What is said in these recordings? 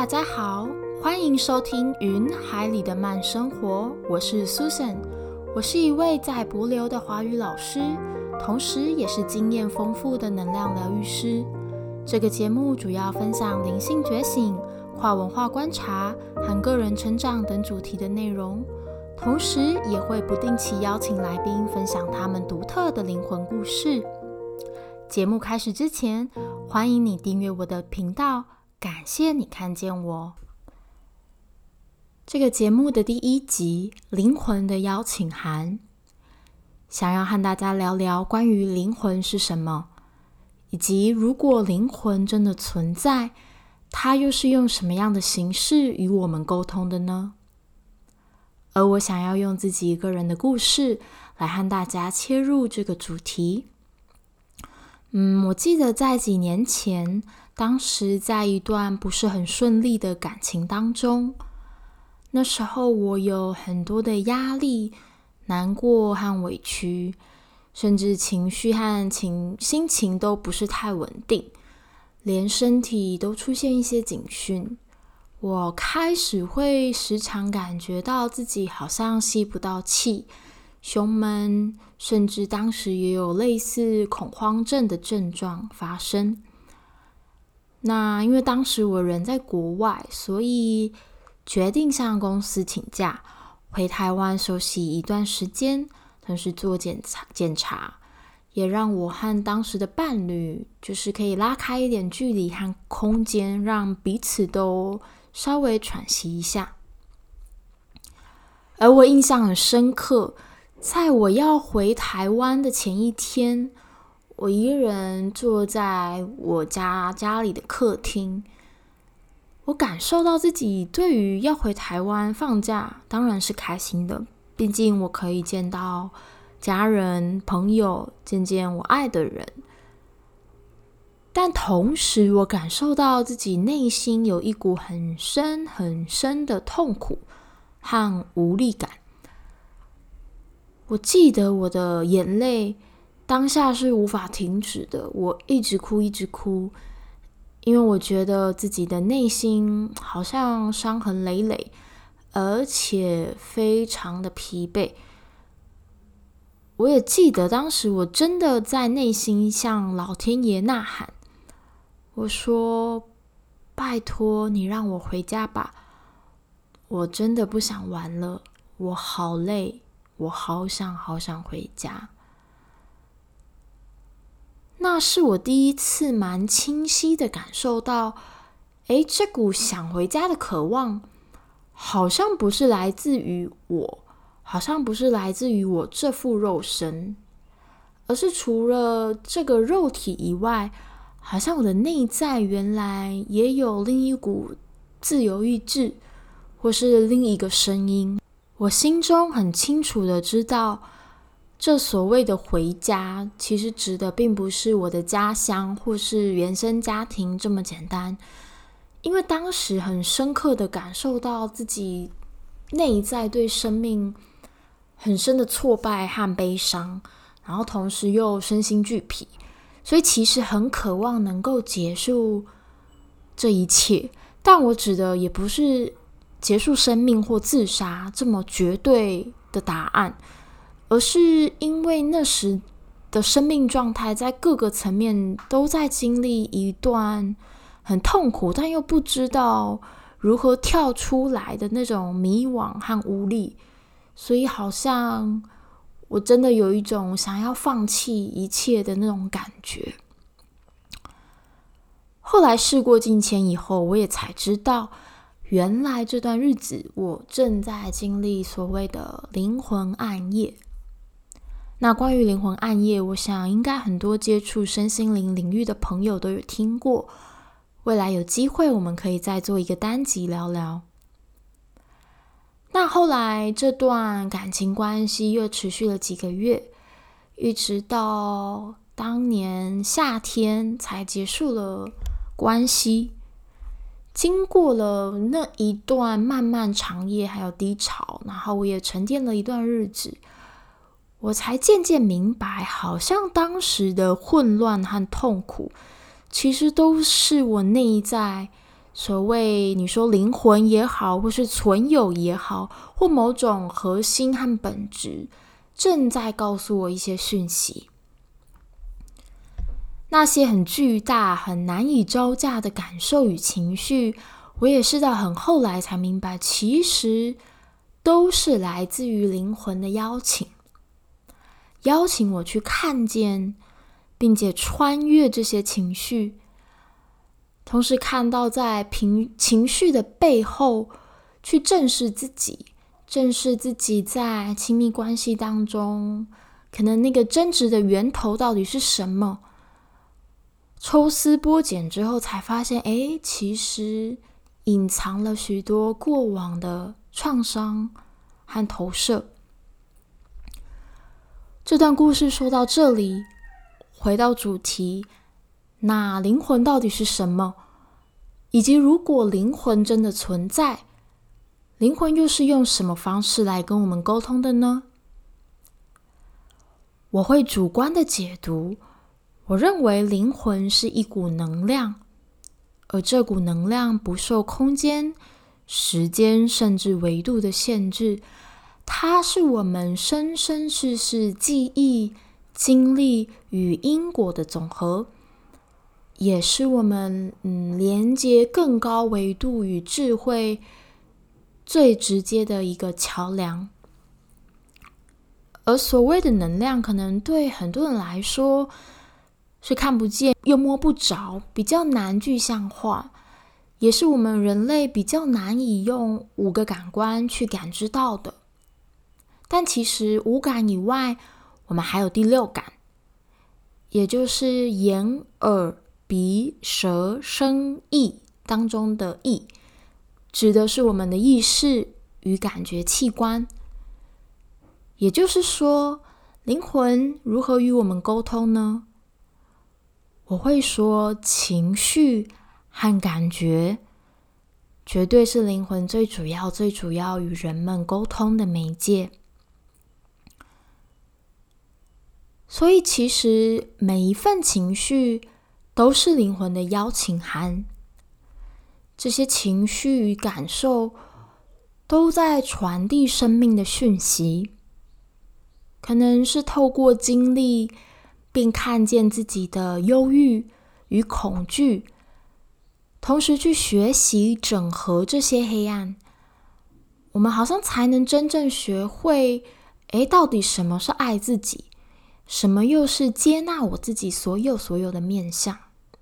大家好，欢迎收听云海里的慢生活，我是 Susan， 我是一位在帛琉的华语老师，同时也是经验丰富的能量疗愈师。这个节目主要分享灵性觉醒、跨文化观察和个人成长等主题的内容，同时也会不定期邀请来宾分享他们独特的灵魂故事。节目开始之前，欢迎你订阅我的频道，感谢你看见我。这个节目的第1集，灵魂的邀请函，想要和大家聊聊关于灵魂是什么，以及如果灵魂真的存在，它又是用什么样的形式与我们沟通的呢？而我想要用自己一个人的故事来和大家切入这个主题。我记得在几年前，当时在一段不是很顺利的感情当中，那时候我有很多的压力、难过和委屈，甚至情绪和心情都不是太稳定，连身体都出现一些警讯。我开始会时常感觉到自己好像吸不到气，胸闷，甚至当时也有类似恐慌症的症状发生。那因为当时我人在国外，所以决定向公司请假，回台湾休息一段时间，同时做检查，也让我和当时的伴侣就是可以拉开一点距离和空间，让彼此都稍微喘息一下。而我印象很深刻，在我要回台湾的前一天，我一个人坐在我家里的客厅，我感受到自己对于要回台湾放假当然是开心的，毕竟我可以见到家人、朋友，见见我爱的人。但同时我感受到自己内心有一股很深很深的痛苦和无力感。我记得我的眼泪当下是无法停止的，我一直哭，因为我觉得自己的内心好像伤痕累累，而且非常的疲惫。我也记得当时我真的在内心向老天爷呐喊，我说：拜托你让我回家吧，我真的不想玩了，我好累，我好想回家。那是我第一次蛮清晰的感受到，这股想回家的渴望，好像不是来自于我，好像不是来自于我这副肉身，而是除了这个肉体以外，好像我的内在原来也有另一股自由意志，或是另一个声音。我心中很清楚的知道，这所谓的回家，其实指的并不是我的家乡或是原生家庭这么简单。因为当时很深刻的感受到自己内在对生命很深的挫败和悲伤，然后同时又身心俱疲，所以其实很渴望能够结束这一切。但我指的也不是结束生命或自杀这么绝对的答案，而是因为那时的生命状态在各个层面都在经历一段很痛苦但又不知道如何跳出来的那种迷惘和无力，所以好像我真的有一种想要放弃一切的那种感觉。后来事过境迁以后，我也才知道，原来这段日子我正在经历所谓的灵魂暗夜。那关于灵魂暗夜，我想应该很多接触身心灵领域的朋友都有听过，未来有机会我们可以再做一个单集聊聊。那后来这段感情关系又持续了几个月，一直到当年夏天才结束了关系。经过了那一段漫漫长夜还有低潮，然后我也沉淀了一段日子，我才渐渐明白，好像当时的混乱和痛苦，其实都是我内在所谓你说灵魂也好，或是存有也好，或某种核心和本质，正在告诉我一些讯息。那些很巨大、很难以招架的感受与情绪，我也是到很后来才明白，其实都是来自于灵魂的邀请，邀请我去看见，并且穿越这些情绪，同时看到在情绪的背后，去正视自己在亲密关系当中，可能那个争执的源头到底是什么？抽丝剥茧之后才发现，其实隐藏了许多过往的创伤和投射。这段故事说到这里，回到主题，那灵魂到底是什么？以及如果灵魂真的存在，灵魂又是用什么方式来跟我们沟通的呢？我会主观的解读，我认为灵魂是一股能量，而这股能量不受空间、时间甚至维度的限制，它是我们生生世世记忆、经历与因果的总和，也是我们连接更高维度与智慧最直接的一个桥梁。而所谓的能量，可能对很多人来说是看不见又摸不着，比较难具象化，也是我们人类比较难以用5个感官去感知到的。但其实5感以外，我们还有第6感，也就是眼、耳、鼻、舌、身、意当中的意，指的是我们的意识与感觉器官。也就是说，灵魂如何与我们沟通呢？我会说，情绪和感觉绝对是灵魂最主要与人们沟通的媒介。所以其实每一份情绪都是灵魂的邀请函，这些情绪与感受都在传递生命的讯息，可能是透过经历并看见自己的忧郁与恐惧，同时去学习整合这些黑暗，我们好像才能真正学会，到底什么是爱自己，什么又是接纳我自己所有的面向。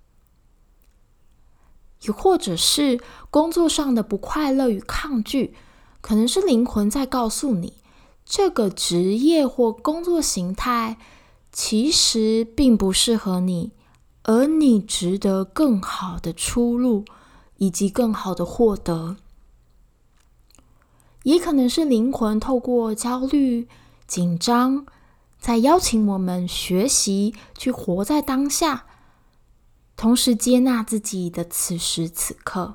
又或者是工作上的不快乐与抗拒，可能是灵魂在告诉你，这个职业或工作形态其实并不适合你，而你值得更好的出路以及更好的获得。也可能是灵魂透过焦虑、紧张，在邀请我们学习去活在当下，同时接纳自己的此时此刻。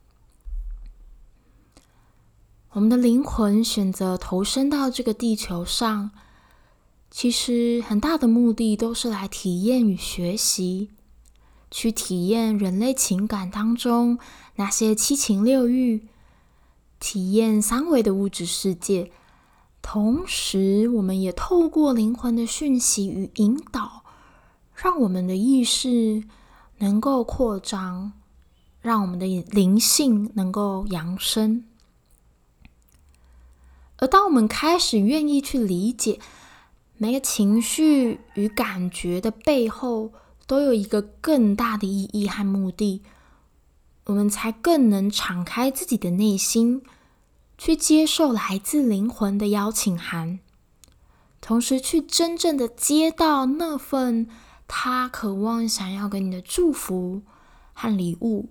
我们的灵魂选择投身到这个地球上，其实很大的目的都是来体验与学习，去体验人类情感当中那些七情六欲，体验3维的物质世界。同时我们也透过灵魂的讯息与引导，让我们的意识能够扩张，让我们的灵性能够扬升。而当我们开始愿意去理解每个情绪与感觉的背后都有一个更大的意义和目的，我们才更能敞开自己的内心，去接受来自灵魂的邀请函，同时去真正的接到那份他渴望想要给你的祝福和礼物。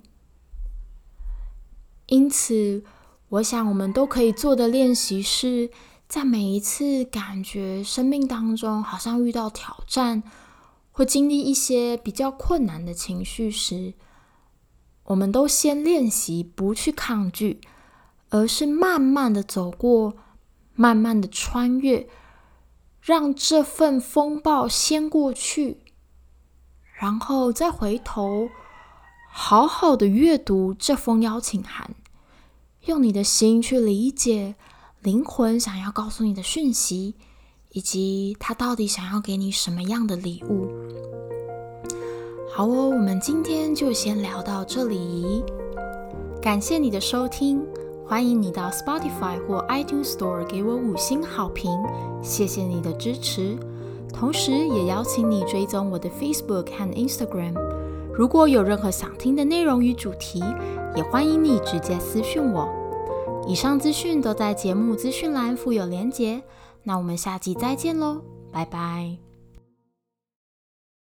因此我想我们都可以做的练习是，在每一次感觉生命当中好像遇到挑战，或经历一些比较困难的情绪时，我们都先练习不去抗拒，而是慢慢的走过，慢慢的穿越，让这份风暴先过去，然后再回头， 好好的阅读这封邀请函，用你的心去理解灵魂想要告诉你的讯息，以及他到底想要给你什么样的礼物。好哦，我们今天就先聊到这里。感谢你的收听，欢迎你到 Spotify 或 iTunes Store 给我5星好评，谢谢你的支持。同时也邀请你追踪我的 Facebook 和 Instagram。如果有任何想听的内容与主题，也欢迎你直接私讯我。以上资讯都在节目资讯栏附有连结。那我们下集再见咯，拜拜。